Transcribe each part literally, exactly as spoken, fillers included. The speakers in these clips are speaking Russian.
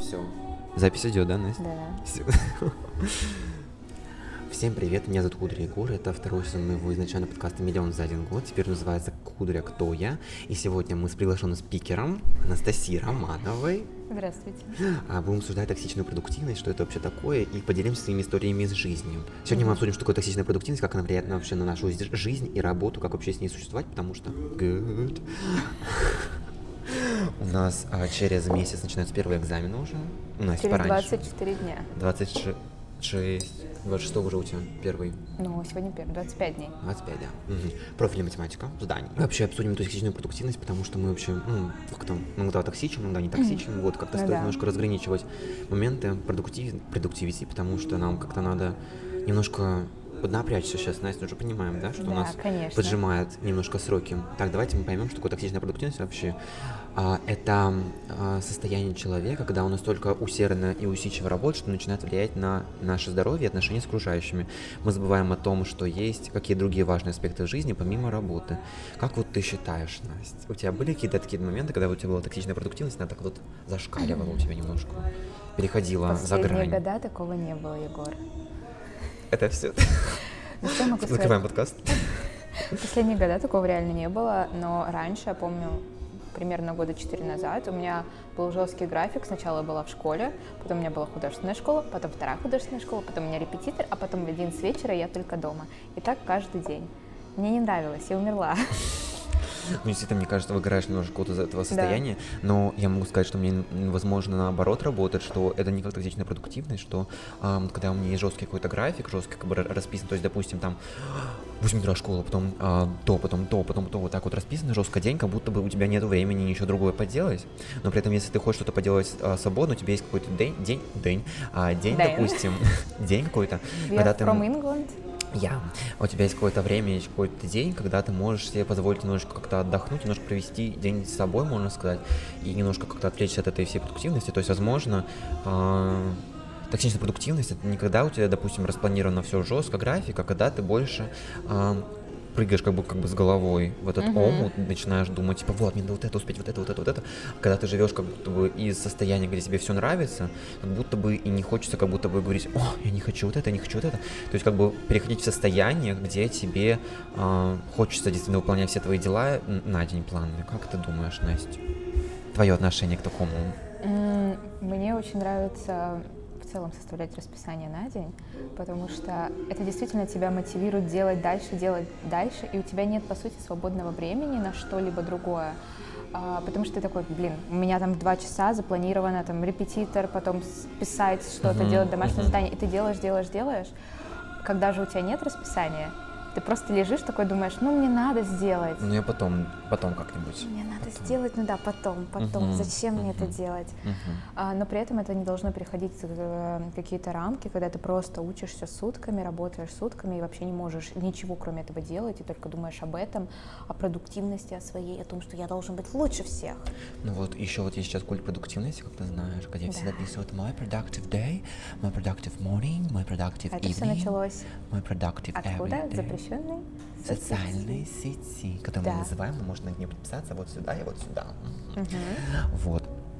Все. Запись идет, да, Настя? Да. Всё. Всем привет, меня зовут Кудря Егор, это второй сезон моего изначально подкаста «Миллион за один год», теперь называется «Кудря. Кто я?». И сегодня мы с приглашенным спикером Анастасией Романовой Здравствуйте. будем обсуждать токсичную продуктивность, что это вообще такое, и поделимся своими историями из жизни. Сегодня mm-hmm. мы обсудим, что такое токсичная продуктивность, как она влияет на, вообще на нашу жизнь и работу, как вообще с ней существовать, потому что... Good. У нас а, через месяц начинаются первые экзамены уже. У нас через пораньше. двадцать четыре дня. двадцать шесть, двадцать шесть уже у тебя первый. Ну, сегодня первый, двадцать пять дней. двадцать пять, да. Угу. Профильная математика, задание. Вообще обсудим токсичную продуктивность, потому что мы вообще, ну, как-то иногда токсичен, иногда не токсичен. Mm-hmm. Вот, как-то ну, стоит да. немножко разграничивать моменты продуктив... продуктивити, потому что нам как-то надо немножко поднапрячься сейчас, Настя, уже понимаем, да, что да, у нас конечно. поджимает немножко сроки. Так, давайте мы поймем, что такое токсичная продуктивность вообще. А, это а, состояние человека, когда он настолько усердно и усидчиво работает, что начинает влиять на наше здоровье и отношения с окружающими. Мы забываем о том, что есть какие другие важные аспекты в жизни, помимо работы. Как вот ты считаешь, Настя, у тебя были какие-то такие моменты, когда у тебя была токсичная продуктивность, она так вот зашкаливала у тебя немножко, переходила за грань? Последние года такого не было, Егор. Это все. Ну, что я могу сказать? Закрываем подкаст. Последние года такого реально не было, но раньше, я помню, примерно года четыре назад у меня был жесткий график. Сначала я была в школе, потом у меня была художественная школа, потом вторая художественная школа, потом у меня репетитор, а потом в один с вечера я только дома. И так каждый день. Мне не нравилось, я умерла. Ну, действительно, мне кажется, выгораешь немножко вот из этого состояния, да. Но я могу сказать, что мне, возможно, наоборот работает, что это не как токсичная продуктивность, что а, когда у меня есть жесткий какой-то график, жесткий как бы расписан, то есть, допустим, там восемь утра школа, потом а, то, потом то, потом то, вот так вот расписано, жестко день, как будто бы у тебя нет времени ничего другое поделать, но при этом, если ты хочешь что-то поделать а, свободно, у тебя есть какой-то день, день, день, а, день, Дэн. допустим, день какой-то, We когда are ты... from England. Я. Yeah. У тебя есть какое-то время, есть какой-то день, когда ты можешь себе позволить немножко как-то отдохнуть, немножко провести день с собой, можно сказать, и немножко как-то отвлечься от этой всей продуктивности. То есть, возможно, э- токсичная продуктивность — это не когда у тебя, допустим, распланировано все жестко, график, а когда ты больше э- прыгаешь как бы, как бы с головой в этот uh-huh. омут, начинаешь думать, типа, вот, мне надо вот это успеть, вот это, вот это, вот это. А когда ты живешь как будто бы из состояния, где тебе все нравится, как будто бы и не хочется как будто бы говорить, о, я не хочу вот это, я не хочу вот это. То есть как бы переходить в состояние, где тебе э, хочется действительно выполнять все твои дела на день плановые. Как ты думаешь, Настя? Твое отношение к такому? Mm, мне очень нравится в целом составлять расписание на день, потому что это действительно тебя мотивирует делать дальше, делать дальше, и у тебя нет, по сути, свободного времени на что-либо другое, а, потому что ты такой, блин, у меня там два часа запланировано, там, репетитор, потом писать что-то, uh-huh, делать домашнее uh-huh. задание, и ты делаешь, делаешь, делаешь. Когда же у тебя нет расписания, ты просто лежишь такой, думаешь, ну, мне надо сделать. Ну, я потом, потом как-нибудь. Мне надо потом. сделать, ну да, потом, потом. Uh-huh, Зачем uh-huh, мне это делать? Uh-huh. А, но при этом это не должно переходить в какие-то рамки, когда ты просто учишься сутками, работаешь сутками и вообще не можешь ничего, кроме этого, делать, и только думаешь об этом, о продуктивности, о своей, о том, что я должен быть лучше всех. Ну вот, еще вот есть сейчас культ продуктивности, как ты знаешь, где да. все записывают my productive day, my productive morning, my productive это evening. Это все началось my productive откуда? Every day. Запрещенной социальной сети, которую да. мы называем, можно на нее подписаться вот сюда и вот сюда. Угу. Вот.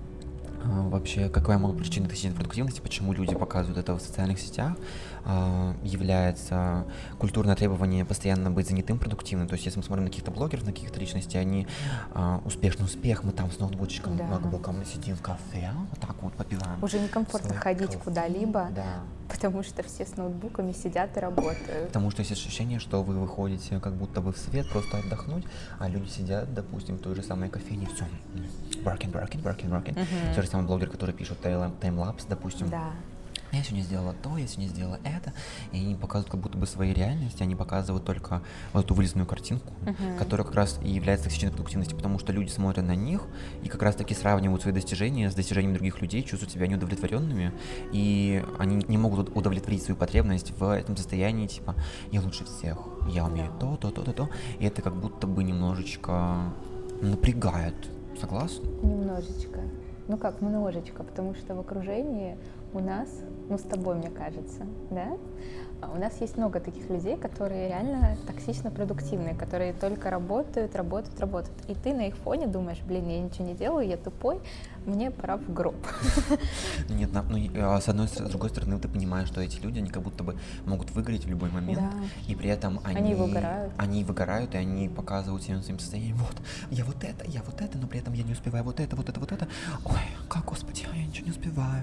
А, вообще, какая могла причина токсичной продуктивности, почему люди показывают это в социальных сетях, а, является культурное требование постоянно быть занятым, продуктивным. То есть, если мы смотрим на каких-то блогеров, на каких-то личностей, они а, успешный успех, мы там с ноутбучиком, да. макбуком сидим в кафе, вот так вот попиваем. Уже некомфортно ходить кофе. Куда-либо, да. потому что все с ноутбуками сидят и работают. Потому что есть ощущение, что вы выходите как будто бы в свет просто отдохнуть, а люди сидят, допустим, в той же самой кофейне, все, working, working, working, working. Uh-huh. Те же самые блогеры, которые пишут таймлапс, допустим. Да. Я сегодня сделала то, я сегодня сделала это, и они показывают как будто бы свои реальности, они показывают только вот эту вылизанную картинку, uh-huh. которая как раз и является токсичной продуктивностью, потому что люди смотрят на них и как раз таки сравнивают свои достижения с достижениями других людей, чувствуют себя неудовлетворенными, и они не могут удовлетворить свою потребность в этом состоянии, типа, я лучше всех, я умею yeah. то, то, то, то, то, и это как будто бы немножечко напрягает, согласна? Немножечко. Ну как, немножечко, потому что в окружении у нас, ну с тобой, мне кажется, да, А у нас есть много таких людей, которые реально токсично продуктивные, которые только работают, работают, работают. И ты на их фоне думаешь, блин, я ничего не делаю, я тупой, мне пора в гроб. Нет, на- ну, и, а, с одной, с другой стороны, ты понимаешь, что эти люди, они как будто бы могут выгореть в любой момент, Да. и при этом они, Они выгорают. они выгорают, и они показывают всем своим состоянием, вот, я вот это, я вот это, но при этом я не успеваю вот это, вот это, вот это, ой, как, господи, а я ничего не успеваю.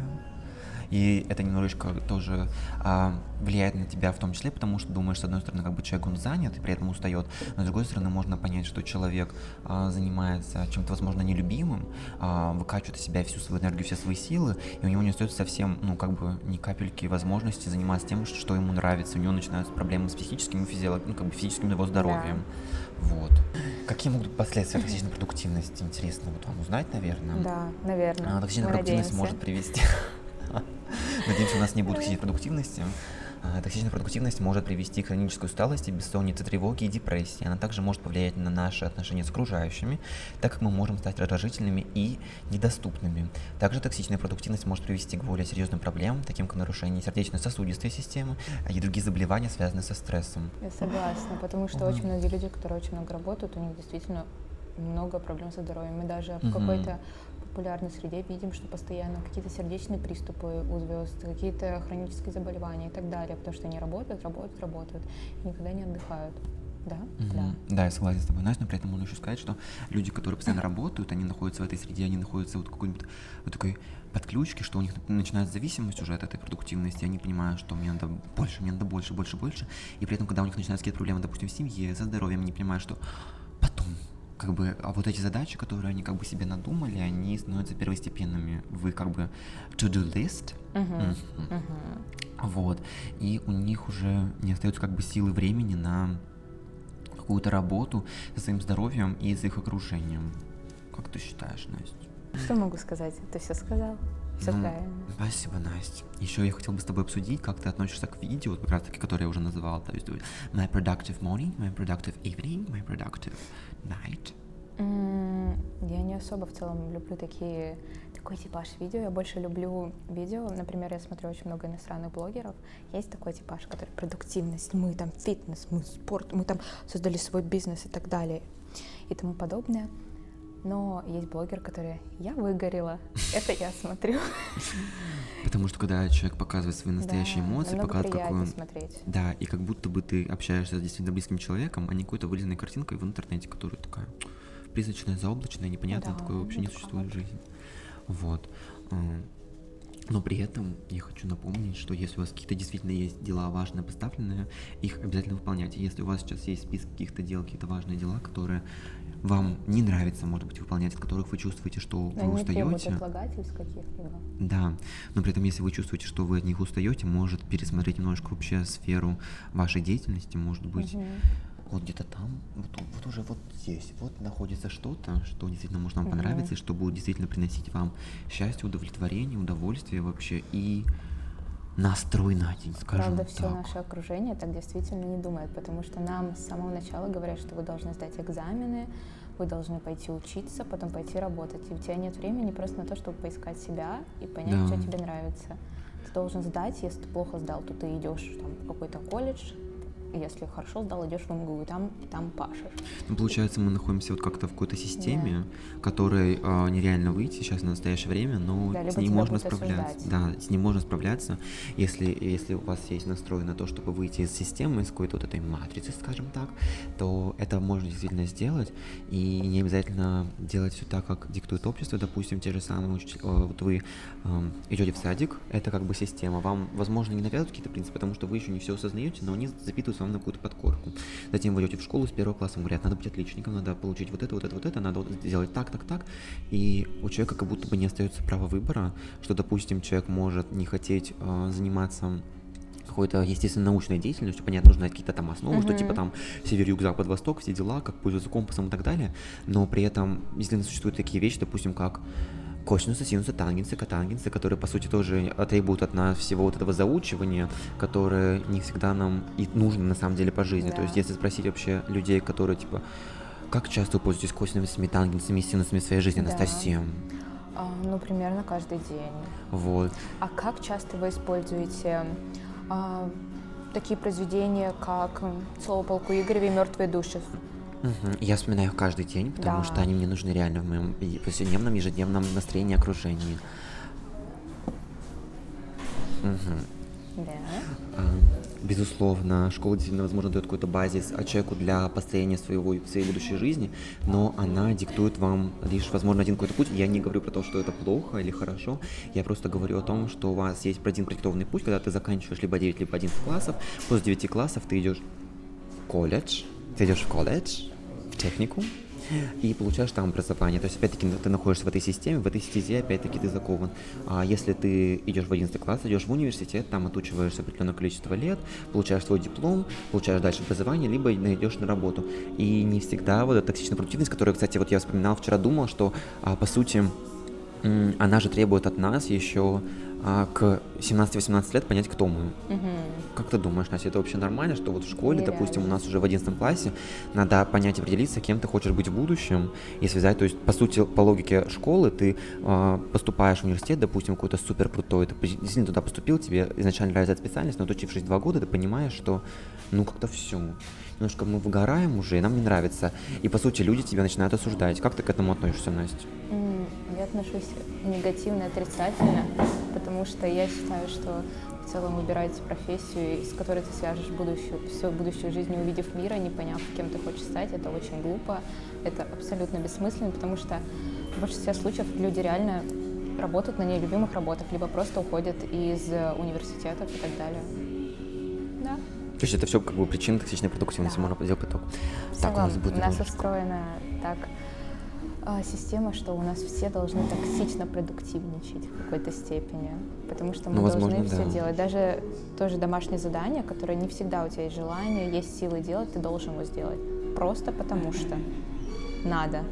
И это немножечко тоже а, влияет на тебя в том числе, потому что думаешь, с одной стороны, как бы человек, он занят и при этом устает, но с другой стороны, можно понять, что человек а, занимается чем-то, возможно, нелюбимым, а, выкачивает из себя всю свою энергию, все свои силы, и у него не остается совсем, ну, как бы, ни капельки возможности заниматься тем, что ему нравится. У него начинаются проблемы с психическим и физиолог... ну, как бы физическим его здоровьем. Да. Вот. Какие могут быть последствия токсичной продуктивности? Интересно вот вам узнать, наверное. Да, наверное. А, токсичная продуктивность может привести... Надеемся, у нас не будет токсичной продуктивности. Токсичная продуктивность может привести к хронической усталости, бессоннице, тревоге и депрессии. Она также может повлиять на наши отношения с окружающими, так как мы можем стать раздражительными и недоступными. Также токсичная продуктивность может привести к более серьезным проблемам, таким как нарушение сердечно-сосудистой системы и другие заболевания, связанные со стрессом. Я согласна, потому что очень многие люди, которые очень много работают, у них действительно много проблем со здоровьем. Мы даже в какой-то популярной среде видим, что постоянно какие-то сердечные приступы у звезд, какие-то хронические заболевания и так далее, потому что они работают, работают, работают и никогда не отдыхают. Да? Mm-hmm. Да. Да, я согласен с тобой, Настя, но при этом можно еще сказать, что люди, которые постоянно работают, они находятся в этой среде, они находятся вот в какой-нибудь вот такой подключке, что у них начинается зависимость уже от этой продуктивности, они понимают, что мне надо больше, мне надо больше, больше, больше, и при этом, когда у них начинаются какие-то проблемы, допустим, в семье, со здоровьем, они понимают, что потом, как бы, а вот эти задачи, которые они как бы себе надумали, они становятся первостепенными в их как бы to-do list. Uh-huh. Mm-hmm. Uh-huh. Вот. И у них уже не остается как бы силы времени на какую-то работу со своим здоровьем и с их окружением. Как ты считаешь, Настя? Что могу сказать? Ты все сказал. Все ну, правильно. Спасибо, Настя. Еще я хотел бы с тобой обсудить, как ты относишься к видео, как раз таки, которое я уже называл, то есть my productive morning, my productive evening, my productive night. Mm, я не особо в целом люблю такие, такой типаж видео. Я больше люблю видео. Например, я смотрю очень много иностранных блогеров. Есть такой типаж, который продуктивность, мы там фитнес, мы спорт, мы там создали свой бизнес и так далее и тому подобное. Но есть блогер, который «я выгорела», это я смотрю. Потому что когда человек показывает свои настоящие да, эмоции, показывает, как он... смотреть. Да, и как будто бы ты общаешься с действительно близким человеком, а не какой-то вылизанной картинкой в интернете, которая такая призрачная, заоблачная, непонятная, да, такое вообще не существует в жизни. Вот. Но при этом я хочу напомнить, что если у вас какие-то действительно есть дела важные, поставленные, их обязательно выполняйте. Если у вас сейчас есть список каких-то дел, какие-то важные дела, которые вам не нравится, может быть, выполнять, от которых вы чувствуете, что но вы устаете. Отлагательств каких-либо. Да, но при этом, если вы чувствуете, что вы от них устаете, может пересмотреть немножко вообще сферу вашей деятельности, может быть, угу. вот где-то там, вот, вот уже вот здесь, вот находится что-то, что действительно может вам угу. понравиться, и что будет действительно приносить вам счастье, удовлетворение, удовольствие вообще и настрой на день, скажем Правда, так. все наше окружение так действительно не думает, потому что нам с самого начала говорят, что вы должны сдать экзамены, вы должны пойти учиться, потом пойти работать. И у тебя нет времени просто на то, чтобы поискать себя и понять, да. что тебе нравится. Ты должен сдать, если ты плохо сдал, то ты идешь там, в какой-то колледж, если хорошо сдал, идешь в эм гэ у и там, там пашешь. Ну, получается, мы находимся вот как-то в какой-то системе, yeah. которой э, нереально выйти сейчас в настоящее время, но да, с ней можно справляться. Да, с ней можно справляться, если, если у вас есть настрой на то, чтобы выйти из системы, из какой-то вот этой матрицы, скажем так, то это можно действительно сделать, и не обязательно делать все так, как диктует общество. Допустим, те же самые учителя, э, вот вы э, идете в садик, это как бы система, вам, возможно, не навязывают какие-то принципы, потому что вы еще не все осознаете, но они запитываются на какую-то подкорку. Затем вы идете в школу с первого класса, вам говорят, надо быть отличником, надо получить вот это, вот это, вот это, надо сделать так, так, так. И у человека как будто бы не остается права выбора, что, допустим, человек может не хотеть э, заниматься какой-то, естественно, научной деятельностью, понятно, нужно знать какие-то там основы, uh-huh. что типа там север, юг, запад, восток, все дела, как пользоваться компасом и так далее, но при этом, если существуют такие вещи, допустим, как косинусы, синусы, тангенсы, котангенсы, которые, по сути, тоже требуют от нас всего вот этого заучивания, которое не всегда нам и нужно, на самом деле, по жизни. Да. То есть, если спросить вообще людей, которые, типа, как часто вы пользуетесь косинусами, тангенсами, синусами в своей жизни, да. Анастасия? А, ну, примерно каждый день. Вот. А как часто вы используете... А... такие произведения, как «Слово полку Игореве» и «Мертвые души». Мгм. Я вспоминаю их каждый день, потому Да. что они мне нужны реально в моем и повседневном, ежедневном настроении, окружении. Мгм. Да. А, Безусловно, школа действительно, возможно, дает какой-то базис а, человеку для построения своего, своей будущей жизни, но она диктует вам лишь, возможно, один какой-то путь. Я не говорю про то, что это плохо или хорошо, я просто говорю о том, что у вас есть один продиктованный путь, когда ты заканчиваешь либо девять, либо одиннадцать классов, после девяти классов ты идешь в колледж, ты идешь в колледж, в техникум, и получаешь там образование. То есть, опять-таки, ты находишься в этой системе, в этой стезе, опять-таки, ты закован. А если ты идешь в одиннадцатый класс, идешь в университет, там отучиваешься определенное количество лет, получаешь свой диплом, получаешь дальше образование, либо идешь на работу. И не всегда вот эта токсичная продуктивность, которая, кстати, вот я вспоминал вчера, думал, что, а, по сути, м, она же требует от нас еще а, к семнадцати-восемнадцати лет понять, кто мы. Мгм. Как ты думаешь, Настя, это вообще нормально, что вот в школе, Нереально. допустим, у нас уже в одиннадцатом классе надо понять, определиться, кем ты хочешь быть в будущем и связать, то есть, по сути, по логике школы ты э, поступаешь в университет, допустим, какой-то супер крутой, ты действительно туда поступил, тебе изначально нравится эта специальность, но отучившись два года, ты понимаешь, что, ну, как-то все, немножко мы выгораем уже, и нам не нравится, и, по сути, люди тебя начинают осуждать. Как ты к этому относишься, Настя? М, Я отношусь негативно, отрицательно, потому что я считаю, что в целом выбирать профессию, с которой ты свяжешь будущую, свою будущую жизнь, не увидев мира, не поняв, кем ты хочешь стать, это очень глупо, это абсолютно бессмысленно, потому что в большинстве случаев люди реально работают на нелюбимых работах, либо просто уходят из университетов и так далее. Да. То есть это все как бы причина токсичной продуктивности, Да. можно подделать итог. В Так, у целом, нас будет у нас немножечко- устроена так а, система, что у нас все должны токсично продуктивничать в какой-то степени, потому что мы Ну, возможно, должны все да. делать. Даже тоже домашнее задание, которое не всегда у тебя есть желание, есть силы делать, ты должен его сделать. Просто потому что надо.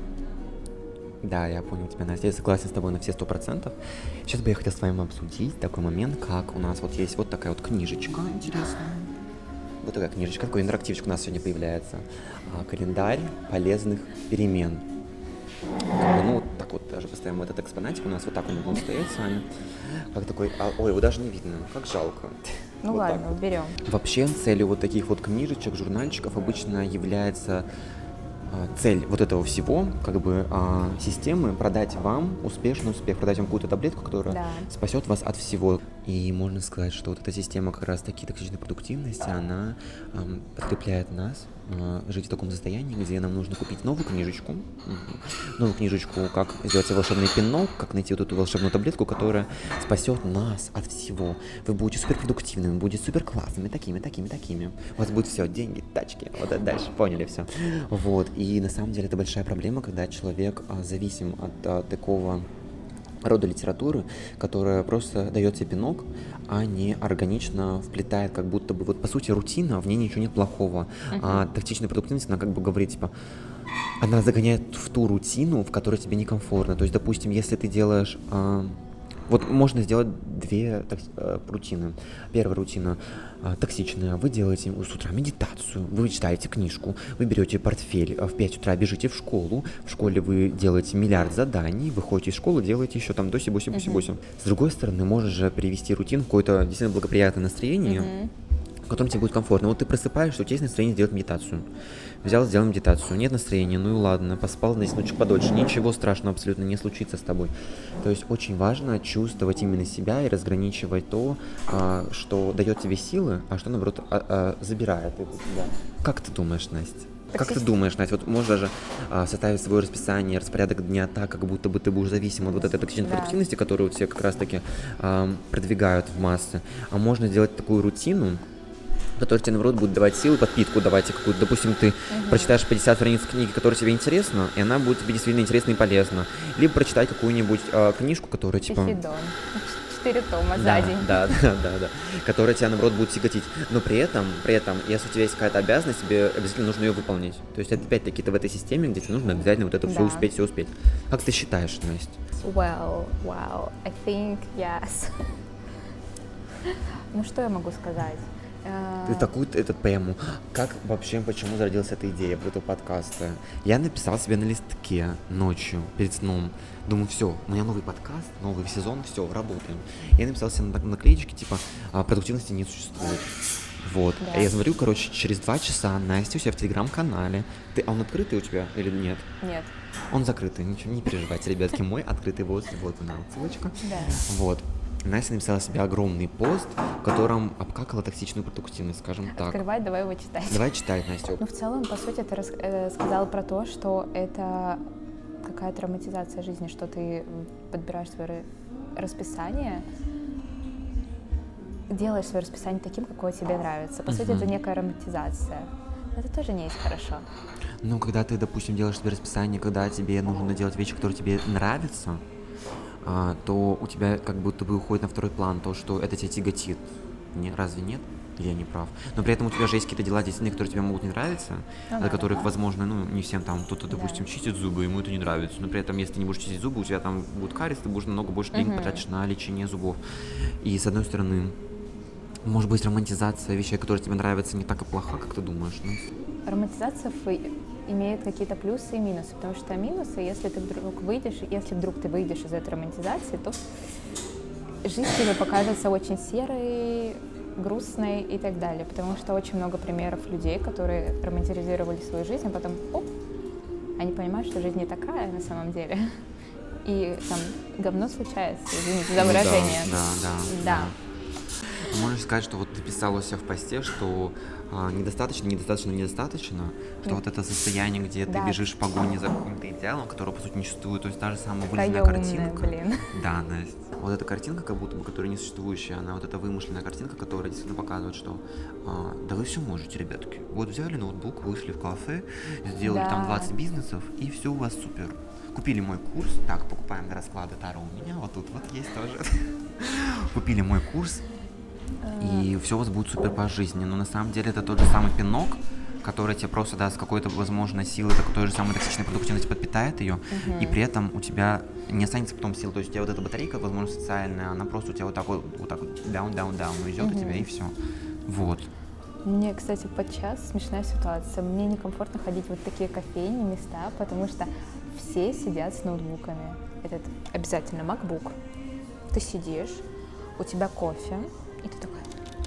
Да, я понял тебя, Настя, я согласен с тобой на все сто процентов. Сейчас бы я хотел с вами обсудить такой момент, как у нас вот есть вот такая вот книжечка интересная. Вот такая книжечка, такой интерактивчик у нас сегодня появляется. А, календарь полезных перемен. Как бы, ну, вот так вот даже поставим вот этот экспонатик, у нас вот так он будет стоять с вами. Как такой, а, ой, его даже не видно, как жалко. Ну Вот так ладно, вот. уберем. Вообще целью вот таких вот книжечек, журнальчиков обычно является а, цель вот этого всего, как бы а, системы, продать вам успешный успех, продать вам какую-то таблетку, которая Да. спасет вас от всего. И можно сказать, что вот эта система как раз таки токсичной продуктивности, она ам, подкрепляет нас а, жить в таком состоянии, где нам нужно купить новую книжечку, мгм, новую книжечку, как сделать себе волшебный пинок, как найти вот эту волшебную таблетку, которая спасет нас от всего. Вы будете супер продуктивными, будете супер классными, такими, такими, такими. У вас будет все, деньги, тачки, вот это дальше, поняли все. Вот, и на самом деле это большая проблема, когда человек а, зависим от а, такого рода литературы, которая просто дает тебе пинок, а не органично вплетает, как будто бы, вот по сути, рутина, в ней ничего нет плохого. Uh-huh. А токсичная продуктивность, она как бы говорит, типа, она загоняет в ту рутину, в которой тебе некомфортно. То есть, допустим, если ты делаешь... А, вот можно сделать две так, э, рутины. Первая рутина э, токсичная. Вы делаете с утра медитацию, вы читаете книжку, вы берете портфель, в пять утра бежите в школу, в школе вы делаете миллиард заданий, выходите из школы, делаете еще там доси-боси-боси-боси. Uh-huh. С другой стороны, можешь же привести рутину в какое-то действительно благоприятное настроение, uh-huh. в котором тебе будет комфортно. Вот ты просыпаешься, у тебя есть настроение делать медитацию. Взял, сделал медитацию, нет настроения, ну и ладно, поспал на десять минуточек подольше, ничего страшного абсолютно не случится с тобой. То есть очень важно чувствовать именно себя и разграничивать то, а, что дает тебе силы, а что, наоборот, а, а, забирает это тебя. Как ты думаешь, Настя? Как ты думаешь, Настя, вот можешь даже а, составить свое расписание, распорядок дня так, как будто бы ты будешь зависим от вот этой токсичной да. продуктивности, которую все как раз-таки а, продвигают в массы, а можно сделать такую рутину, который тебе, наоборот, будет давать силы, подпитку давать какую-то. Допустим, ты uh-huh. прочитаешь пятьдесят страниц книги, которая тебе интересна, и она будет тебе действительно интересна и полезна. Либо прочитать какую-нибудь э, книжку, которая, типа... Посейдон. Четыре тома да, за день. Да, да, да, да. Которая тебя, наоборот, будет тяготить. Но при этом, при этом, если у тебя есть какая-то обязанность, тебе обязательно нужно ее выполнить. То есть, опять-таки, ты в этой системе, где тебе нужно обязательно вот это да. все успеть, все успеть. Как ты считаешь, Настя? Well, well, I think yes. Ну, что я могу сказать? Ты такую этот пойму. Как вообще, почему зародилась эта идея вот этого подкаста? Я написал себе на листке ночью, перед сном. Думаю, все, у меня новый подкаст, новый сезон, все, работаем. Я написал себе на наклеечке, типа, продуктивности не существует. Вот. Да. А я смотрю, короче, через два часа Настя у себя в телеграм-канале. Ты, а он открытый у тебя или нет? Нет. Он закрытый, ничего, не переживайте, ребятки, мой открытый, вот, вот она, ссылочка. Да. Вот. Настя написала себе огромный пост, в котором обкакала токсичную продуктивность, скажем так. Открывай, давай его читать. Давай читать, Настя. Ну, в целом, по сути, ты рас- э, сказала про то, что это какая-то романтизация жизни, что ты подбираешь свое расписание, делаешь свое расписание таким, какое тебе нравится. По uh-huh. сути, это некая романтизация. Но это тоже не есть хорошо. Ну, когда ты, допустим, делаешь себе расписание, когда тебе нужно делать вещи, которые тебе нравятся, а, то у тебя как будто бы уходит на второй план то, что это тебя тяготит. Не, разве нет? Или я не прав? Но при этом у тебя же есть какие-то дела, действительно, которые тебе могут не нравиться, ну, от да, которых, да. возможно, ну, не всем там, кто-то, допустим, да. чистит зубы, ему это не нравится, но при этом, если ты не будешь чистить зубы, у тебя там будет кариес, ты будешь намного больше денег uh-huh. потратишь на лечение зубов. И, с одной стороны, может быть, романтизация вещей, которые тебе нравятся, не так и плоха, как ты думаешь? Ну? Романтизация имеет какие-то плюсы и минусы, потому что минусы, если ты вдруг выйдешь, если вдруг ты выйдешь из этой романтизации, то жизнь тебе покажется очень серой, грустной и так далее, потому что очень много примеров людей, которые романтизировали свою жизнь, а потом, оп, они понимают, что жизнь не такая на самом деле, и там говно случается, извините за выражение. Да, да, да. да. Можешь сказать, что вот ты писала у себя в посте, что а, недостаточно, недостаточно, недостаточно, что mm. вот это состояние, где да. ты бежишь в погоне за каким-то идеалом, которого, по сути, не существует, то есть та же самая вылезная картинка. Блин. Да, Настя. Вот эта картинка, как будто бы, которая не существующая, она вот эта вымышленная картинка, которая действительно показывает, что а, да вы все можете, ребятки. Вот взяли ноутбук, вышли в кафе, сделали да. там двадцать бизнесов, и все у вас супер. Купили мой курс, так, покупаем для расклада Таро у меня, вот тут вот есть тоже. Купили мой курс, и все у вас будет супер по жизни. Но на самом деле это тот же самый пинок, который тебе просто даст какой-то, возможно, силы, так, той же самой токсичной продуктивности подпитает ее, uh-huh. и при этом у тебя не останется потом сил. То есть у тебя вот эта батарейка, возможно, социальная, она просто у тебя вот так вот, вот так вот down, down, down уйдет uh-huh. у тебя, и все. Вот. Мне, кстати, подчас смешная ситуация. Мне некомфортно ходить в вот такие кофейни, места, потому что все сидят с ноутбуками. Это обязательно MacBook. Ты сидишь, у тебя кофе, и ты такая,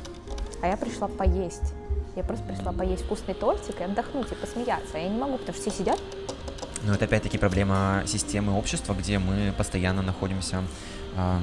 а я пришла поесть. Я просто пришла поесть вкусный тортик и отдохнуть, и посмеяться. Я не могу, потому что все сидят. Ну, это опять-таки проблема системы общества, где мы постоянно находимся э,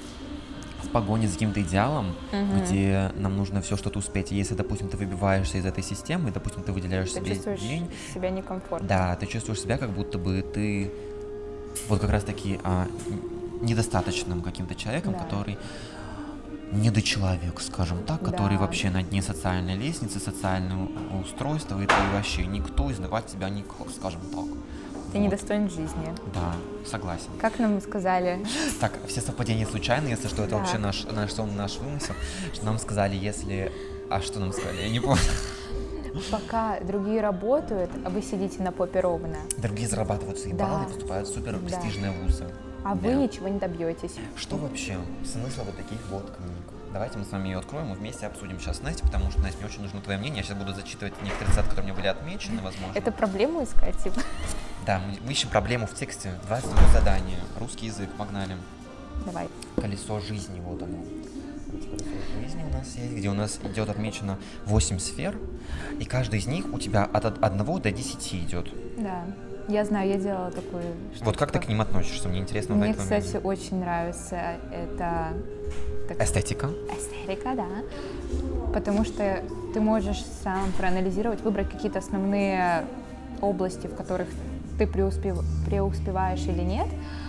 в погоне за каким-то идеалом, uh-huh. где нам нужно все что-то успеть. И если, допустим, ты выбиваешься из этой системы, допустим, ты выделяешь ты себе чувствуешь день... себя некомфортно. Да, ты чувствуешь себя, как будто бы ты вот как раз-таки а, недостаточным каким-то человеком, да. который... недочеловек, скажем так, который да. вообще на дне социальной лестницы, социального устройства, и ты вообще никто, изнавать тебя никак, скажем так. Ты вот. недостоин жизни. Да, согласен. Как нам сказали? Так, все совпадения случайны, если что, это да. вообще наш, наш сон, наш вымысел. Что нам сказали, если... А что нам сказали? Я не помню. Пока другие работают, а вы сидите на попе ровно. Другие зарабатывают свои да. баллы и поступают в супер престижные да. вузы. А да. вы ничего не добьетесь. Что вообще смысл вот таких вот книг? Давайте мы с вами ее откроем и вместе обсудим сейчас с Настей, потому что, Настя, мне очень нужно твое мнение. Я сейчас буду зачитывать некоторые цитаты, которые мне были отмечены, возможно. Это проблему искать, типа? Да, мы, мы ищем проблему в тексте. двадцать минут задания. Русский язык, погнали. Давай. Колесо жизни, вот оно. Колесо жизни у нас есть, где у нас идет отмечено восемь сфер, и каждая из них у тебя от одного до десяти идет. Да. Я знаю, я делала такую штуку. Вот как ты к ним относишься? Мне интересно узнать. Мне, кстати, мнение. Очень нравится это... Так, эстетика. Эстетика, да. Потому что ты можешь сам проанализировать, выбрать какие-то основные области, в которых ты преуспев... преуспеваешь или нет,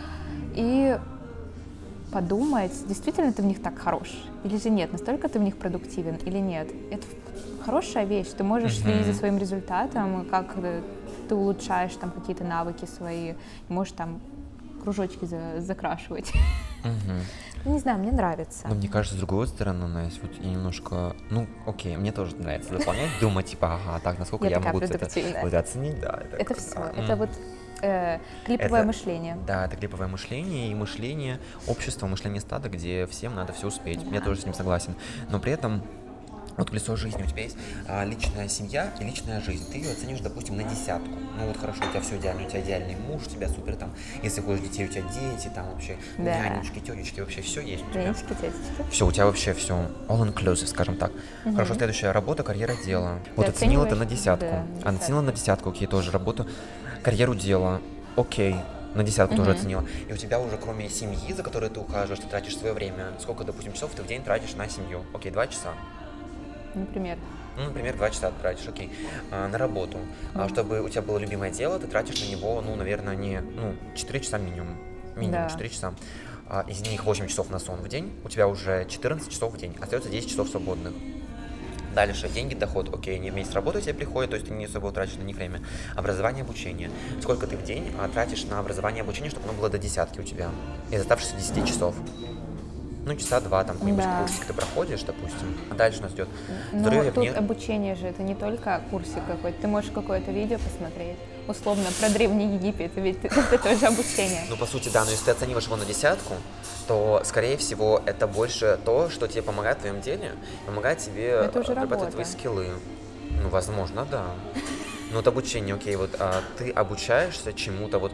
и подумать, действительно ты в них так хорош или же нет, настолько ты в них продуктивен или нет. Это хорошая вещь, ты можешь uh-huh. следить за своим результатом, как ты улучшаешь там какие-то навыки свои, можешь там кружочки за- закрашивать. Uh-huh. Не знаю, мне нравится. Но мне кажется, с другой стороны, Настя, вот я немножко, ну, окей, мне тоже нравится дополнять, думать, типа, ага, так, насколько я, я могу это вот, оценить, да. Это, это все, а, это м- вот э, клиповое это, мышление. Да, это клиповое мышление и мышление общества, мышление стада, где всем надо все успеть. Да. Я тоже с ним согласен. Но при этом Вот колесо жизни, у тебя есть а, личная семья и личная жизнь. Ты ее оценишь, допустим, на десятку. Ну вот хорошо, у тебя все идеально, у тебя идеальный муж, у тебя супер там, если хочешь детей, у тебя дети, там вообще Да. нянечки, тетечки, вообще все есть у тебя. Нянечки, тетечки. Все, у тебя вообще все all inclusive, скажем так. Мгм. Хорошо, следующая работа, карьера, дело. Вот Ты оценила это на оцениваешь? десятку. Да, на А десятку. оценила на десятку, окей, тоже работу. Карьеру, дело, окей. На десятку тоже Мгм. оценила. И у тебя уже, кроме семьи, за которой ты ухаживаешь, ты тратишь свое время. Сколько, допустим, часов ты в день тратишь на семью? Окей, два часа. Например. Ну, например, два часа ты тратишь, окей, а, на работу. А, Мгм. чтобы у тебя было любимое дело, ты тратишь на него, ну, наверное, не, ну, четыре часа минимум. Минимум Да. четыре часа. А, из них восемь часов на сон в день, у тебя уже четырнадцать часов в день, остается десять часов свободных. Дальше, деньги, доход, окей, не вместе с работы тебе приходит, то есть ты не особо тратишь на них время. Образование, обучение. Сколько ты в день а, тратишь на образование, обучение, чтобы оно было до десятки у тебя, из оставшихся десяти часов. Ну, часа два, там, какой-нибудь Да. курсик ты проходишь, допустим. А дальше у нас идет Но здоровье тут вне... обучение же, это не только курсик какой-то. Ты можешь какое-то видео посмотреть, условно, про Древний Египет, ведь это тоже обучение. Ну, по сути, да, но если ты оцениваешь его на десятку, то, скорее всего, это больше то, что тебе помогает в твоем деле, помогает тебе Это уже отрабатывать работа. твои скиллы. Ну, возможно, да. Но вот обучение, окей, вот а, ты обучаешься чему-то вот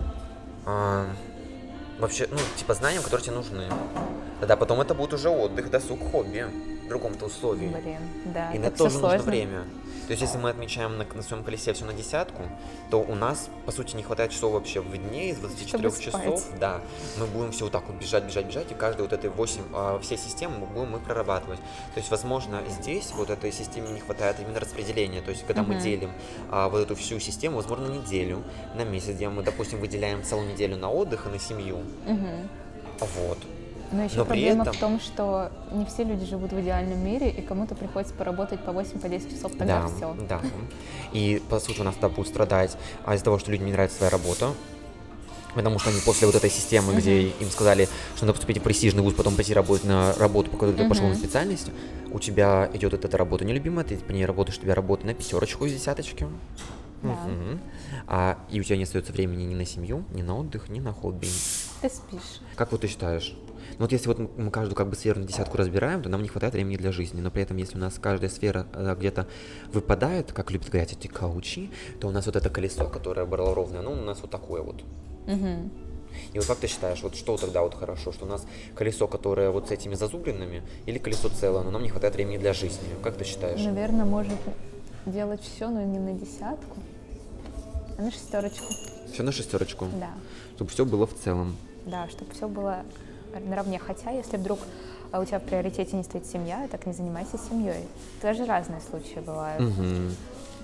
а, вообще, ну, типа знаниям, которые тебе нужны. Тогда потом это будет уже отдых, досуг, хобби в другом-то условии. Блин, да, И на так это тоже всё нужно сложно. время. То есть, если мы отмечаем на, на своем колесе все на десятку, то у нас, по сути, не хватает часов вообще в дне из двадцати четырёх Чтобы часов. спать. Да, мы будем все вот так вот бежать, бежать, бежать, и каждый вот этой восемь, а, все системы мы будем мы прорабатывать. То есть, возможно, здесь вот этой системе не хватает именно распределения. То есть, когда мы Мгм. делим а, вот эту всю систему, возможно, на неделю, на месяц, где мы, допустим, выделяем целую неделю на отдых и на семью. Мгм. Вот. Но еще Но при проблема этом- в том, что не все люди живут в идеальном мире, и кому-то приходится поработать по восемь-десять часов, тогда Да, все. да. И, по сути, у нас тогда будет страдать а, из-за того, что людям не нравится своя работа. Потому что они после вот этой системы, где им сказали, что надо поступить в престижный вуз, потом пойти работать на работу, по которой ты пошел на Мгм. специальность, у тебя идет вот эта работа нелюбимая, ты по ней работаешь, у тебя работа на пятерочку из десяточки. Да. Мгм. А, и у тебя не остается времени ни на семью, ни на отдых, ни на хобби. Ты спишь. Как вот ты считаешь? Ну вот если вот мы- мы каждую как бы сферу на десятку разбираем, то нам не хватает времени для жизни. Но при этом, если у нас каждая сфера э, где-то выпадает, как любят говорить эти коучи, то у нас вот это колесо, которое брало ровное, оно у нас вот такое вот. Мгм. И вот как ты считаешь, вот что тогда вот хорошо, что у нас колесо, которое вот с этими зазубринами, или колесо целое, но нам не хватает времени для жизни? Как ты считаешь? Наверное, может делать все, но не на десятку, а на шестерочку. Все на шестерочку, Да, чтобы все было в целом. да, чтобы все было наравне. Хотя, если вдруг а, у тебя в приоритете не стоит семья, так не занимайся семьей. Даже разные случаи бывают. Мгм.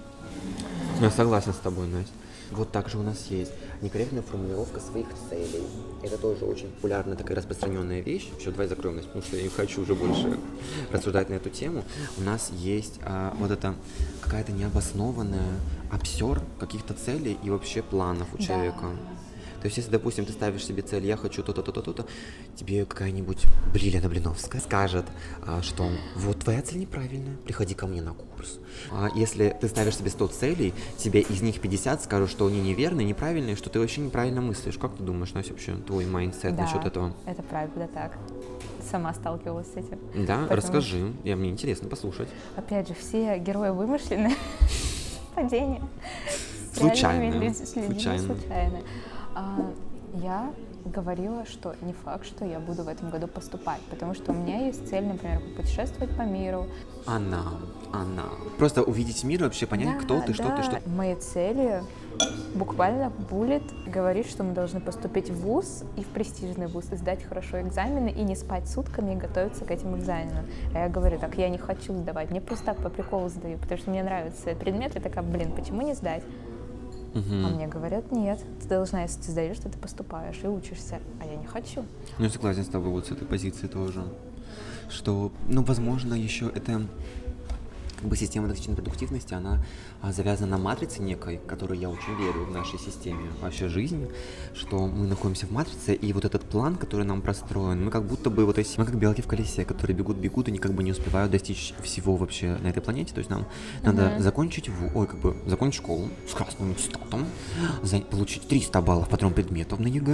Я согласен с тобой, Настя. Вот также у нас есть некорректная формулировка своих целей. Это тоже очень популярная такая распространенная вещь. Все, давай закроем, Настя, потому что я не хочу уже больше рассуждать на эту тему. У нас есть а, вот это какая-то необоснованная обсер каких-то целей и вообще планов у Да. человека. То есть, если, допустим, ты ставишь себе цель, я хочу то-то, то-то, то-то, тебе какая-нибудь Лилия Блиновская скажет, а, что вот твоя цель неправильная, приходи ко мне на курс. А если ты ставишь себе сто целей, тебе из них пятьдесят скажут, что они неверные, неправильные, что ты вообще неправильно мыслишь. Как ты думаешь, Настя, вообще твой майндсет Да, насчет этого? это правда так. Сама сталкивалась с этим. Да, Поэтому- расскажи, я, мне интересно послушать. Опять же, все герои вымышлены. Падение. С Случайно, реальными людь- с людьми случайно. случайно. А, я говорила, что не факт, что я буду в этом году поступать, потому что у меня есть цель, например, путешествовать по миру. Она, она. Просто увидеть мир, вообще понять, Да, кто ты, что да. ты, что... Мои цели буквально буллет говорит, что мы должны поступить в вуз и в престижный вуз, и сдать хорошо экзамены, и не спать сутками и готовиться к этим экзаменам. А я говорю, так я не хочу сдавать, мне просто так по приколу сдаю, потому что мне нравится этот предмет, я такая, блин, почему не сдать? Мгм. А мне говорят, нет, ты должна, если ты сдаешь, то ты поступаешь и учишься, а я не хочу. Ну, я согласен с тобой вот с этой позиции тоже, что, ну, возможно, еще это как бы система достаточной продуктивности, она а, завязана на матрице некой, которой я очень верю в нашей системе вообще жизни, что мы находимся в матрице, и вот этот план, который нам простроен, мы как будто бы вот эти, мы как белки в колесе, которые бегут-бегут и никак бы не успевают достичь всего вообще на этой планете, то есть нам надо Мгм. закончить, в, ой, как бы закончить школу с красным аттестатом, за- получить триста баллов по трем предметам на ЕГЭ,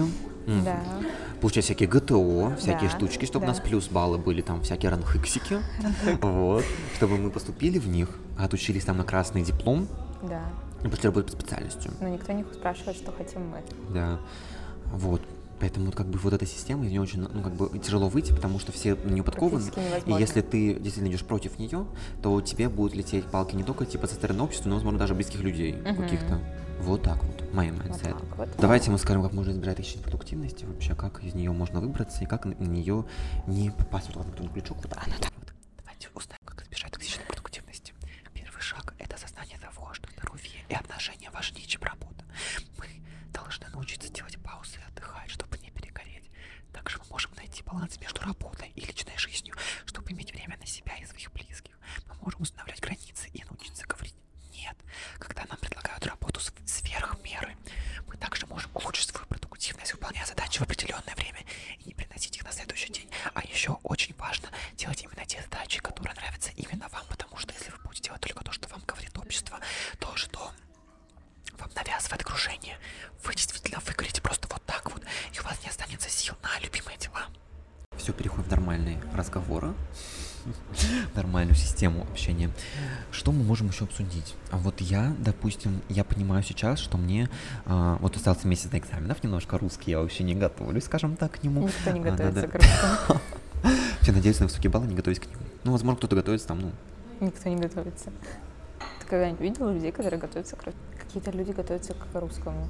Мгм. Да. Получать всякие ГТО, всякие Да, штучки, чтобы у да. нас плюс баллы были, там всякие ранхиксики, вот, чтобы мы поступили в них, отучились там на красный диплом Да. и после работы по специальности. Но никто не спрашивает, что хотим мы. Да, вот. Поэтому вот как бы вот эта система, из нее очень, ну, как бы тяжело выйти, потому что все на нее подкованы. Практически И невозможно. если ты действительно идешь против нее, то тебе будут лететь палки не только типа со стороны общества, но, возможно, даже близких людей Мгм. каких-то. Вот так вот, мои Вот майндсет. так вот. Давайте мы скажем, как можно избирать тысячи продуктивности, вообще, как из нее можно выбраться и как на нее не попасть. Вот ладно, кто на крючок, вот так. Вот. Давайте узнаем, как избежать токсичной продуктивности. Первый шаг – это осознание того, что здоровье и отношения важнее, чем работа. Мы должны научиться делать паузы и отдыхать, чтобы не перегореть. Также мы можем найти баланс между работой и личной жизнью, чтобы иметь время на себя и своих близких. Мы можем устанавливать границы и научиться говорить «нет», когда нам предлагают работу св- сверх меры. Мы также можем улучшить свою продуктивность, выполняя задачи в определенное время и не приносить их на следующий день. А еще очень важно делать именно те задачи, которые нравятся именно вам, потому что если вы будете делать только то, что вам говорит общество, то, что вам навязывает окружение, вы действительно выгорите просто вот так вот, и у вас не останется сил на любимые дела. Все переходит в нормальные разговоры, нормальную систему общения. Что мы можем еще обсудить? А вот я, допустим, я понимаю сейчас, что мне а, вот остался месяц до экзаменов, немножко русский я вообще не готовлюсь, скажем так, к нему. Никто не А, готовится надо- к русскому. Все надеются на высокие баллы, не готовясь к нему. Ну, возможно, кто-то готовится там, ну, Никто не готовится. Ты когда-нибудь видела людей, которые готовятся к русскому? Какие-то люди готовятся к русскому.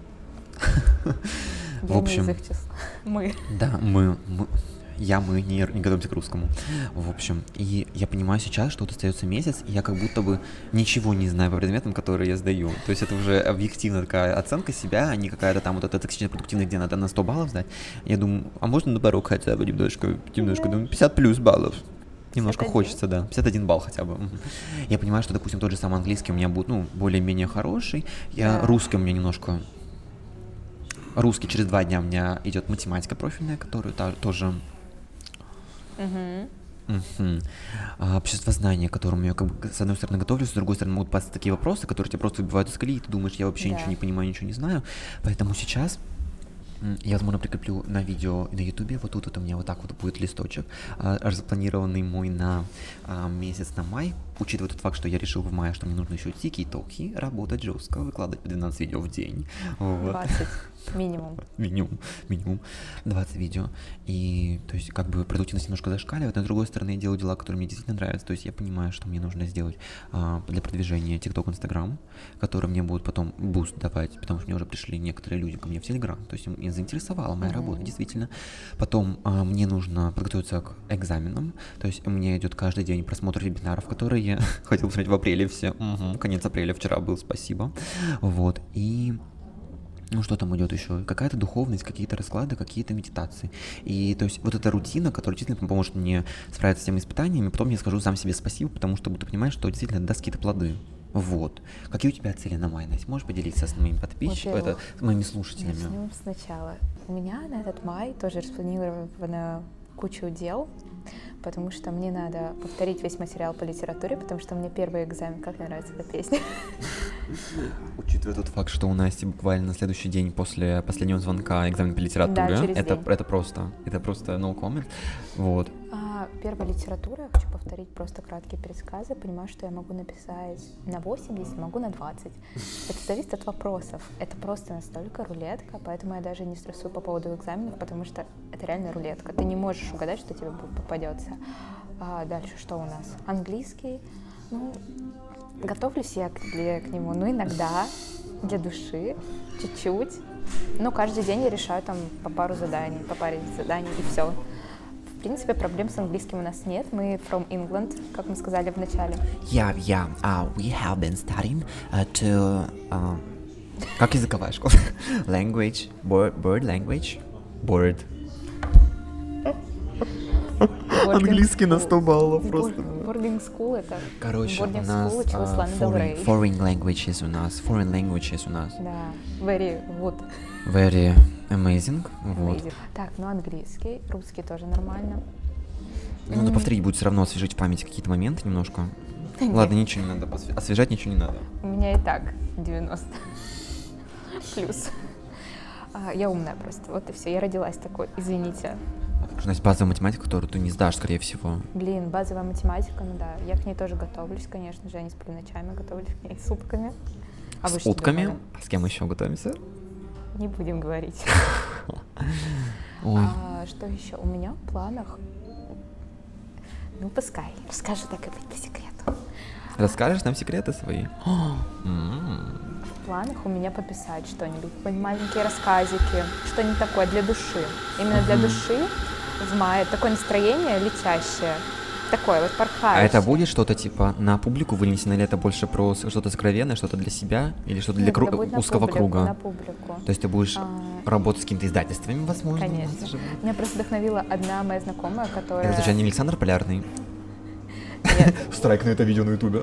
В Я общем, не из их числа. Мы. да, мы, мы- я, мы не, не готовимся к русскому. В общем, и я понимаю сейчас, что вот остается месяц, и я как будто бы ничего не знаю по предметам, которые я сдаю. То есть это уже объективная такая оценка себя, а не какая-то там вот эта токсичная продуктивность, где надо на сто баллов сдать. Я думаю, а можно на порог хотя бы немножко, немножко, думаю, пятьдесят плюс баллов. Немножко пятьдесят один. хочется, да. пятьдесят один балл хотя бы. Мгм. Я понимаю, что, допустим, тот же самый английский у меня будет, ну, более-менее хороший. Я Да. русский у меня немножко... Русский через два дня у меня идет математика профильная, которую та- тоже... Мгм. Мгм. А, обществознание, к которому я как бы с одной стороны готовлюсь, с другой стороны могут пасть такие вопросы, которые тебя просто выбивают из колеи, и ты думаешь, я вообще Да. ничего не понимаю, ничего не знаю. Поэтому сейчас м, я, возможно, прикреплю на видео на ютубе, вот тут вот у меня вот так вот будет листочек, а, запланированный мой на а, месяц, на май, учитывая тот факт, что я решил в мае, что мне нужно еще тики-токи, работать жестко, выкладывать по двенадцать видео в день. Вот. двадцать минимум. Минимум, минимум двадцать видео. И, то есть, как бы продуктивность немножко зашкаливает, но с другой стороны, я делаю дела, которые мне действительно нравятся. То есть, я понимаю, что мне нужно сделать а, для продвижения TikTok, Instagram, которые мне будут потом буст давать, потому что мне уже пришли некоторые люди ко мне в Telegram. То есть, меня заинтересовала моя Мгм. работа, действительно. Потом а, мне нужно подготовиться к экзаменам. То есть, у меня идет каждый день просмотр вебинаров, которые я хотел посмотреть в апреле все. Мгм, конец апреля вчера был, спасибо. Вот. И ну, что там идет еще? Какая-то духовность, какие-то расклады, какие-то медитации. И то есть вот эта рутина, которая действительно поможет мне справиться с теми испытаниями, потом я скажу сам себе спасибо, потому что буду понимать, что действительно это даст какие-то плоды. Вот. Какие у тебя цели на май, Настя? Можешь поделиться с моими подписчиками, это, Во-первых, с моими слушателями? Начнем сначала. У меня на этот май тоже распланирована кучу дел, потому что мне надо повторить весь материал по литературе, потому что у меня первый экзамен. Как мне нравится эта песня. Учитывая тот факт, что у Насти буквально на следующий день после последнего звонка экзамен по литературе, Да, через это, день. это просто, это просто no comment. Вот. А, первая литература, я хочу повторить просто краткие пересказы. Понимаю, что я могу написать на восемьдесят, могу на двадцать. Это зависит от вопросов. Это просто настолько рулетка, поэтому я даже не стрессую по поводу экзаменов, потому что это реально рулетка. Ты не можешь угадать, что тебе попадется. А дальше что у нас? Английский. Ну, готовлюсь я к, для, к нему, ну, иногда, для души, чуть-чуть. Но каждый день я решаю там по пару заданий, по паре заданий, и все. В принципе, проблем с английским у нас нет. Мы from England, как мы сказали в начале. Yeah, yeah. Uh, we have been studying uh, to uh, как языковая школа? Language, bird, bird language, bird. Английский на сто баллов просто. Boarding school — это Короче, у boarding нас school училась а, Лана Дель foreign, Рей. foreign languages у нас, foreign languages у нас. Да, very good. Very amazing. Вот. Amazing. Так, ну английский, русский тоже нормально. Ну, надо повторить будет все равно, освежить в памяти какие-то моменты немножко. Нет. Ладно, ничего не надо, посве- освежать ничего не надо. У меня и так девяносто плюс. А, я умная просто, вот и все, я родилась такой, извините. Что, Настя, базовая математика, которую ты не сдашь, скорее всего. Блин, базовая математика, ну да, я к ней тоже готовлюсь, конечно же, я не сплю ночами, готовлюсь к ней сутками. А вы С что утками? думали? А с кем еще готовимся? Не будем говорить. Ой. А, что еще? У меня в планах, ну пускай, расскажу так и быть по секрету. Расскажешь нам секреты свои? М-м. В планах у меня пописать что-нибудь, какие-нибудь маленькие рассказики, что-нибудь такое для души. Именно для души в мае такое настроение летящее, такое вот порхающее. А это будет что-то типа на публику вынесено, или это больше про с- что-то сокровенное, что-то для себя, или что-то для Нет, кру- это будет на узкого публику, круга? на публику. То есть ты будешь А, работать с какими-то издательствами, возможно? Конечно. Это же- Меня просто вдохновила одна моя знакомая, которая... Это случайно не Александр Полярный? Нет, Страйк на это видео на ютубе.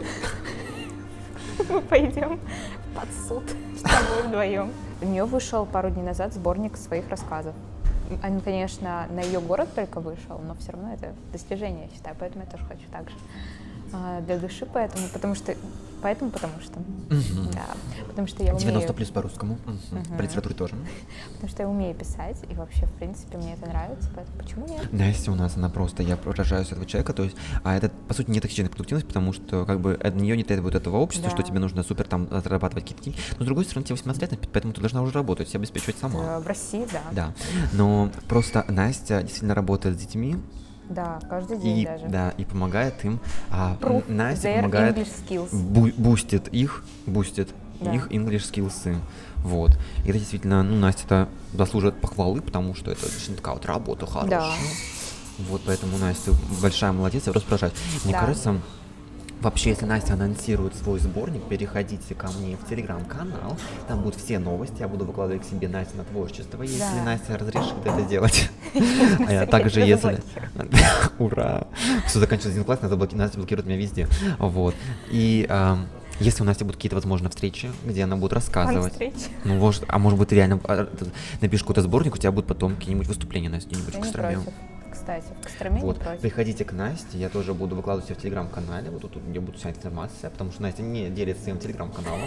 мы пойдем под суд с тобой вдвоем. У нее вышел пару дней назад сборник своих рассказов. Он, конечно, на ее город только вышел, но все равно это достижение, я считаю, поэтому я тоже хочу так же. А, для души, поэтому, потому что, поэтому, потому что, Мгм. да, потому что я умею, девяносто плюс по-русскому. Мгм. Мгм. По литературе тоже. потому что я умею писать, и вообще, в принципе, мне это нравится, поэтому почему нет? Настя у нас, она просто, я поражаюсь этого человека, то есть, а это, по сути, не токсичная продуктивность, потому что, как бы, от нее не требует этого общества, Да. что тебе нужно супер там зарабатывать какие-то деньги, но, с другой стороны, тебе восемнадцать лет, поэтому ты должна уже работать, себя обеспечивать сама. Э, В России, да, Да, но просто Настя действительно работает с детьми, да, каждый день и, даже. да, и помогает им, а, Proof м, Настя their помогает, English skills. бу- бустит их, бустит Да. их English skills, вот, и это действительно, ну, Настя это заслуживает похвалы, потому что это действительно такая вот работа хорошая. Да. Вот поэтому Настя большая молодец, я просто поражаюсь. Мне Да. кажется, вообще, если Настя анонсирует свой сборник, переходите ко мне в телеграм-канал, там будут все новости, я буду выкладывать к себе Настя на творчество, если Да. Настя разрешит это делать. А я также, Я если... заблокирую. Ура! Все, заканчивается один класс, Настя заблоки- Настя блокирует меня везде. Вот. И ам, если у Насти будут какие-то, возможно, встречи, где она будет рассказывать, встречи. ну, может, а может быть, ты реально а, т- напишешь какой-то сборник, у тебя будет потом какие-нибудь выступления, Настя, где-нибудь Я в не Костроме. против, кстати, в Костроме не Вот, против. приходите к Насте, я тоже буду выкладывать себя в телеграм-канале, вот тут, где будет вся информация, потому что Настя не делится своим телеграм-каналом.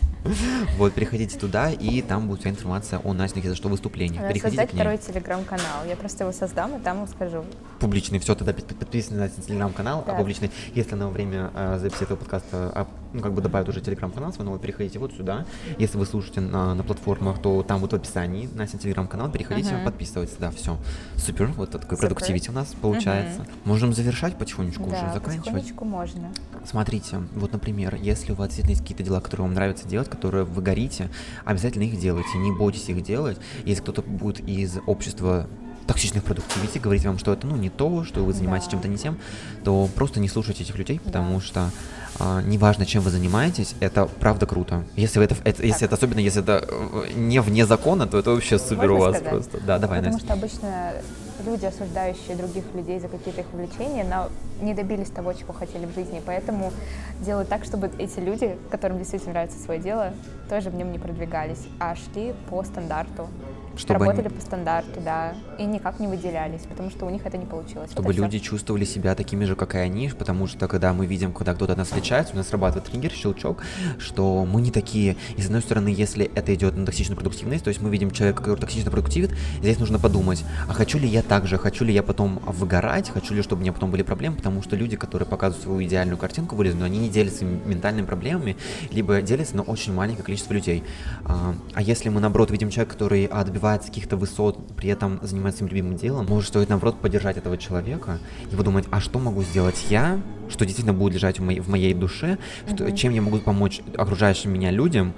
Вот, переходите туда, и там будет вся информация о Настиных, за что выступлениях. Надо Переходите создать к ней. второй телеграм-канал. Я просто его создам, и там вам скажу. Публичный, все, тогда под- под- подписывайтесь на Настин телеграм-канал, а Так. публичный, если она во время э, записи этого подкаста, а, ну, как бы добавит уже телеграм-канал свой новый, переходите вот сюда. Если вы слушаете на, на платформах, то там вот в описании Настин телеграм-канал, переходите, Мгм. подписывайтесь, да, все. Супер, вот такой Супер. продуктивити у нас получается. Можем завершать потихонечку уже, Да, заканчивать. потихонечку можно. Смотрите, вот, например, если у вас действительно есть какие-то дела, которые вам нравится делать, которые вы горите, обязательно их делайте, не бойтесь их делать. Если кто-то будет из общества токсичных продуктивити говорить вам, что это, ну, не то, что вы занимаетесь Да. чем-то не тем, то просто не слушайте этих людей, Да. потому что а, неважно, чем вы занимаетесь, это правда круто. Если вы это, это- если это особенно, если это э, не вне закона, то это вообще супер Можно у вас сказать? просто. Да, давай, Потому Настя. что обычно люди, осуждающие других людей за какие-то их увлечения, но не добились того, чего хотели в жизни. Поэтому делают так, чтобы эти люди, которым действительно нравится свое дело, тоже в нем не продвигались, а шли по стандарту. Чтобы работали они- по стандарту, да, и никак не выделялись, потому что у них это не получилось. Вот Чтобы и всё. люди чувствовали себя такими же, как и они, потому что когда мы видим, когда кто-то от нас отличается, у нас срабатывает триггер, щелчок, что мы не такие. И с одной стороны, если это идет на токсичную продуктивность, то есть мы видим человека, который токсично продуктивит, здесь нужно подумать, а хочу ли я так же, хочу ли я потом выгорать, хочу ли, чтобы у меня потом были проблемы, потому что люди, которые показывают свою идеальную картинку вылизанную, они не делятся своими ментальными проблемами, либо делятся на очень маленькое количество людей. А, а если мы, наоборот, видим человека, который а, добивается каких-то высот, при этом занимается своим любимым делом, может стоит, наоборот, поддержать этого человека и подумать, а что могу сделать я, что действительно будет лежать в моей, в моей душе, что, Мгм. чем я могу помочь окружающим меня людям,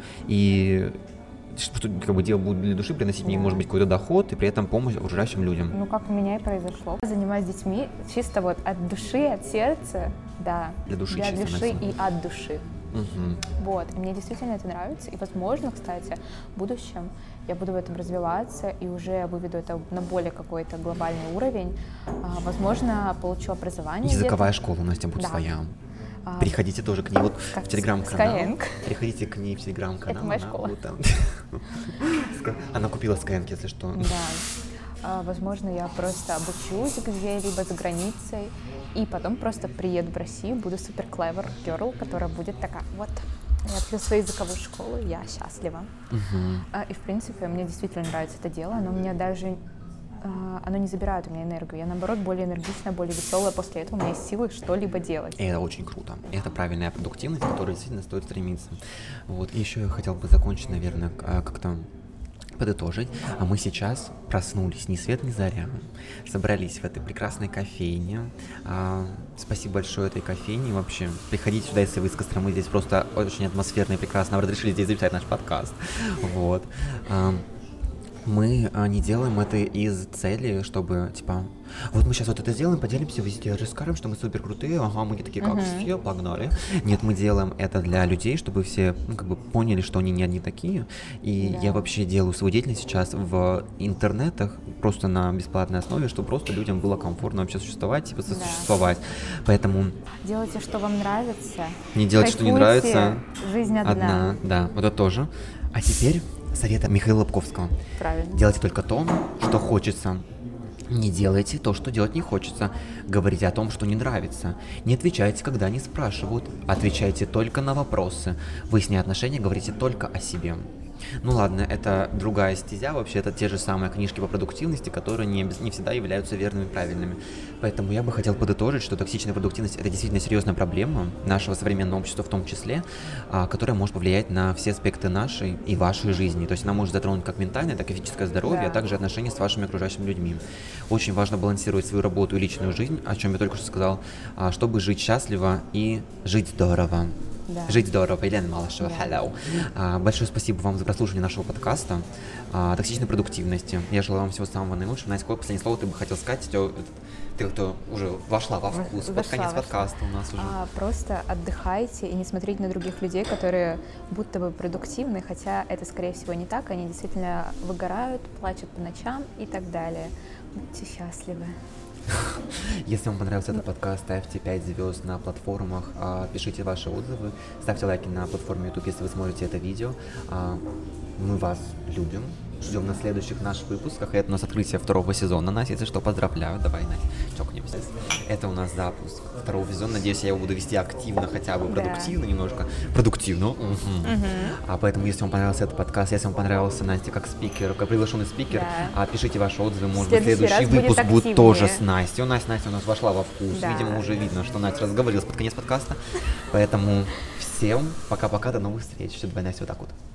и что как бы дело будет для души приносить мне, Да. может быть, какой-то доход, и при этом помощь окружающим людям. Ну, как у меня и произошло. Я занимаюсь детьми чисто вот от души, от сердца, да. Для души Для чисто, души Настя. и от души. Мгм. Вот, и мне действительно это нравится, и, возможно, кстати, в будущем я буду в этом развиваться и уже выведу это на более какой-то глобальный уровень. А, возможно, получу образование. Языковая где-то. школа у Настя будет Да. своя. А, Переходите тоже к ней вот как в телеграм-канал. Skyeng. Переходите к ней в телеграм-канал. Это моя она школа. будет там. Она купила Skyeng, если что. Да. А, возможно, я просто обучусь где-либо за границей, и потом просто приеду в Россию, буду супер clever girl, которая будет такая, вот, Я открыла свою языковую школу, я счастлива. Угу. И, в принципе, мне действительно нравится это дело, но мне даже оно не забирает у меня энергию. Я, наоборот, более энергичная, более веселая. После этого у меня есть силы что-либо делать. И это очень круто. Это правильная продуктивность, к которой действительно стоит стремиться. Вот. И еще я хотел бы закончить, наверное, как-то подытожить. А мы сейчас проснулись ни свет ни заря, собрались в этой прекрасной кофейне. А, спасибо большое этой кофейне. Вообще, приходите сюда, если вы из Костромы. Здесь просто очень атмосферно и прекрасно. Вы разрешили здесь записать наш подкаст. Вот. А, мы а, не делаем это из цели, чтобы, типа, вот мы сейчас вот это сделаем, поделимся везде, расскажем, что мы супер крутые, ага, мы не такие, как uh-huh. все, погнали. Нет, мы делаем это для людей, чтобы все, ну, как бы поняли, что они не одни такие. И да. я вообще делаю свою деятельность сейчас в интернетах, просто на бесплатной основе, чтобы просто людям было комфортно вообще существовать, типа, сосуществовать. Да. Поэтому... Делайте, что вам нравится. Не делайте, что не нравится. Жизнь одна. Одна, да, вот это тоже. А теперь... Совета Михаила Лобковского. Правильно. Делайте только то, что хочется. Не делайте то, что делать не хочется. Говорите о том, что не нравится. Не отвечайте, когда не спрашивают. Отвечайте только на вопросы. Выясняя отношения, говорите только о себе. Ну ладно, это другая стезя, вообще это те же самые книжки по продуктивности, которые не, не всегда являются верными и правильными. Поэтому я бы хотел подытожить, что токсичная продуктивность — это действительно серьезная проблема нашего современного общества в том числе, а, которая может повлиять на все аспекты нашей и вашей жизни. То есть она может затронуть как ментальное, так и физическое здоровье, да. а также отношения с вашими окружающими людьми. Очень важно балансировать свою работу и личную жизнь, о чем я только что сказал, а, чтобы жить счастливо и жить здорово. Да. Жить здорово. Елена Малышева, да. hello. А, большое спасибо вам за прослушивание нашего подкаста а, «Токсичной продуктивности». Я желаю вам всего самого наилучшего. Настя, какое последнее слово ты бы хотел сказать? Ты, ты кто уже вошла во вкус. Вошла, под конец вошла. Подкаста у нас уже. А, просто отдыхайте и не смотрите на других людей, которые будто бы продуктивны, хотя это, скорее всего, не так. Они действительно выгорают, плачут по ночам и так далее. Будьте счастливы. Если вам понравился этот подкаст, ставьте пять звезд на платформах, пишите ваши отзывы, ставьте лайки на платформе YouTube, если вы смотрите это видео. Мы вас любим, ждем на следующих наших выпусках. Это у нас открытие второго сезона. Настя, если что, поздравляю. Давай, Настя, чокнемся. Это у нас запуск второго сезона. Надеюсь, я его буду вести активно, хотя бы продуктивно да. немножко. Продуктивно. Угу. Угу. А поэтому, если вам понравился этот подкаст, если вам понравился Настя как спикер, как приглашенный спикер, да. пишите ваши отзывы. Может быть, следующий выпуск будет, будет тоже с Настей. У нас Настя у нас вошла во вкус. Да. Видимо, уже видно, что Настя разговорилась под конец подкаста. Поэтому всем пока-пока, до новых встреч. Все, давай, Настя, вот так вот.